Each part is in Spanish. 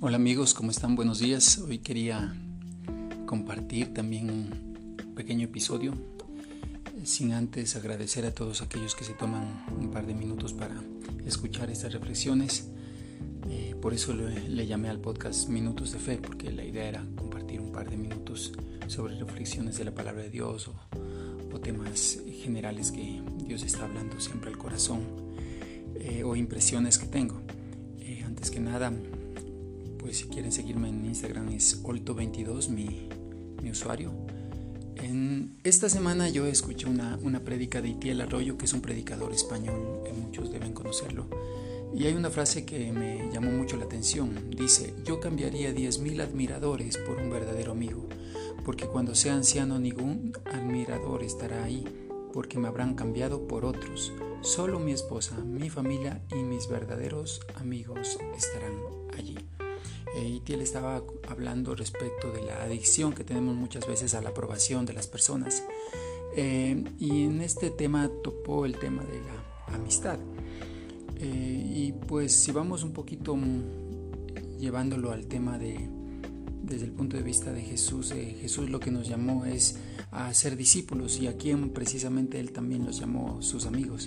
Hola amigos, ¿cómo están? Buenos días. Hoy quería compartir también un pequeño episodio, sin antes agradecer a todos aquellos que se toman un par de minutos para escuchar estas reflexiones. Por eso le llamé al podcast Minutos de Fe, porque la idea era compartir un par de minutos sobre reflexiones de la palabra de Dios o temas generales que Dios está hablando siempre al corazón, o impresiones que tengo. Antes que nada, pues si quieren seguirme en Instagram es Olto22 mi usuario. En esta semana yo escuché una prédica de Itiel Arroyo, que es un predicador español, muchos deben conocerlo, y hay una frase que me llamó mucho la atención. Dice: yo cambiaría 10,000 admiradores por un verdadero amigo, porque cuando sea anciano ningún admirador estará ahí, porque me habrán cambiado por otros. Solo mi esposa, mi familia y mis verdaderos amigos estarán allí. Itiel estaba hablando respecto de la adicción que tenemos muchas veces a la aprobación de las personas, y en este tema topó el tema de la amistad, y pues si vamos un poquito llevándolo al tema desde el punto de vista de Jesús, Jesús lo que nos llamó es a ser discípulos, y a quien precisamente Él también los llamó sus amigos.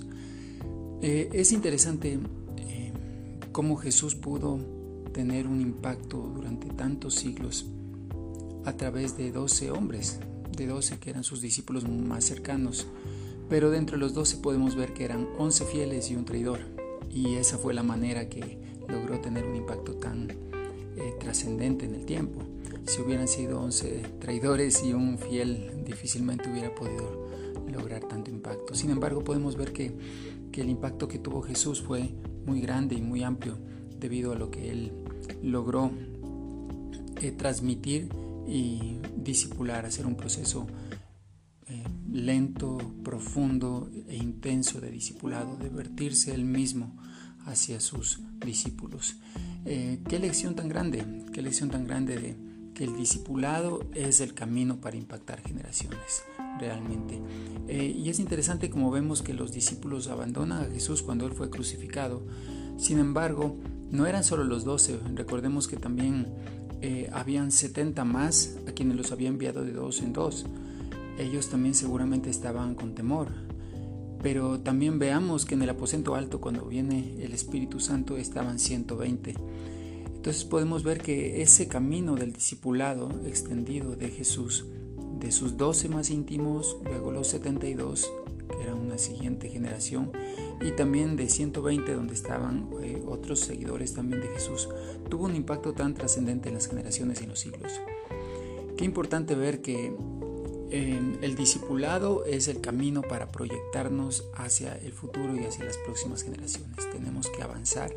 Es interesante cómo Jesús pudo tener un impacto durante tantos siglos a través de 12 hombres, de 12 que eran sus discípulos más cercanos, pero dentro de los 12 podemos ver que eran 11 fieles y un traidor, y esa fue la manera que logró tener un impacto tan trascendente en el tiempo. Si hubieran sido 11 traidores y un fiel, difícilmente hubiera podido lograr tanto impacto. Sin embargo, podemos ver que el impacto que tuvo Jesús fue muy grande y muy amplio, debido a lo que Él logró transmitir y discipular, hacer un proceso lento, profundo e intenso de discipulado, de vertirse Él mismo hacia sus discípulos. Qué lección tan grande de que el discipulado es el camino para impactar generaciones, realmente. Y es interesante como vemos que los discípulos abandonan a Jesús cuando Él fue crucificado. Sin embargo, no eran solo los 12, recordemos que también habían 70 más a quienes los había enviado de 2 en 2. Ellos también seguramente estaban con temor, pero también veamos que en el aposento alto, cuando viene el Espíritu Santo, estaban 120. Entonces podemos ver que ese camino del discipulado extendido de Jesús, de sus 12 más íntimos, luego los 72, que era una siguiente generación, y también de 120 donde estaban otros seguidores también de Jesús, tuvo un impacto tan trascendente en las generaciones y en los siglos. Qué importante ver que el discipulado es el camino para proyectarnos hacia el futuro y hacia las próximas generaciones. Tenemos que avanzar.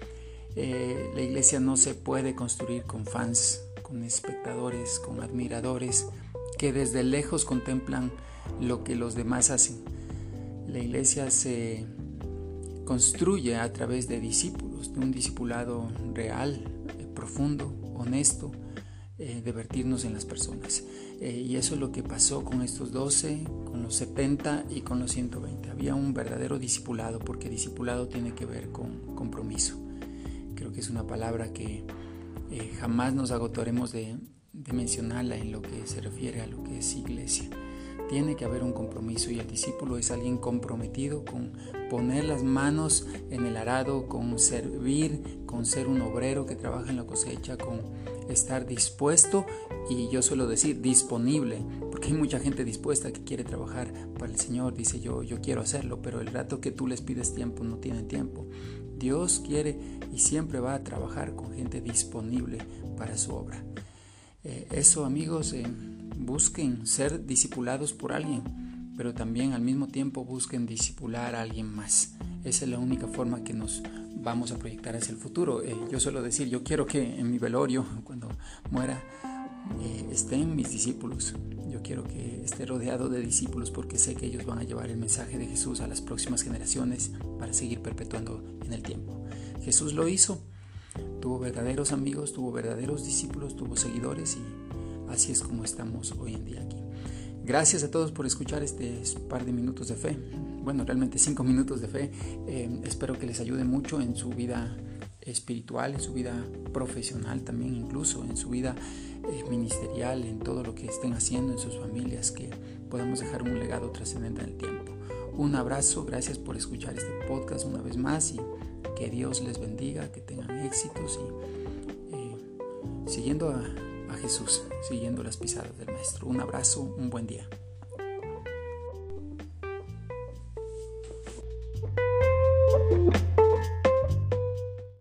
La iglesia no se puede construir con fans, con espectadores, con admiradores que desde lejos contemplan lo que los demás hacen. La iglesia se construye a través de discípulos, de un discipulado real, profundo, honesto, de vertirnos en las personas. Y eso es lo que pasó con estos 12, con los 70 y con los 120. Había un verdadero discipulado, porque discipulado tiene que ver con compromiso. Creo que es una palabra que jamás nos agotaremos de mencionarla en lo que se refiere a lo que es iglesia. Tiene que haber un compromiso, y el discípulo es alguien comprometido con poner las manos en el arado, con servir, con ser un obrero que trabaja en la cosecha, con estar dispuesto, y yo suelo decir disponible, porque hay mucha gente dispuesta que quiere trabajar para el Señor. Dice yo quiero hacerlo, pero el rato que tú les pides tiempo no tienen tiempo. Dios quiere y siempre va a trabajar con gente disponible para su obra. Eso, amigos, busquen ser discipulados por alguien, pero también al mismo tiempo busquen discipular a alguien más. Esa es la única forma que nos vamos a proyectar hacia el futuro. Yo suelo decir, yo quiero que en mi velorio, cuando muera, estén mis discípulos. Yo quiero que esté rodeado de discípulos, porque sé que ellos van a llevar el mensaje de Jesús a las próximas generaciones para seguir perpetuando en el tiempo. Jesús lo hizo, tuvo verdaderos amigos, tuvo verdaderos discípulos, tuvo seguidores, y así es como estamos hoy en día aquí. Gracias a todos por escuchar este par de minutos de fe. Bueno, realmente 5 minutos de fe. Espero que les ayude mucho en su vida espiritual, en su vida profesional también, incluso en su vida ministerial, en todo lo que estén haciendo en sus familias, que podamos dejar un legado trascendente en el tiempo. Un abrazo, gracias por escuchar este podcast una vez más y que Dios les bendiga, que tengan éxitos y siguiendo a Jesús, siguiendo las pisadas del Maestro. Un abrazo, un buen día.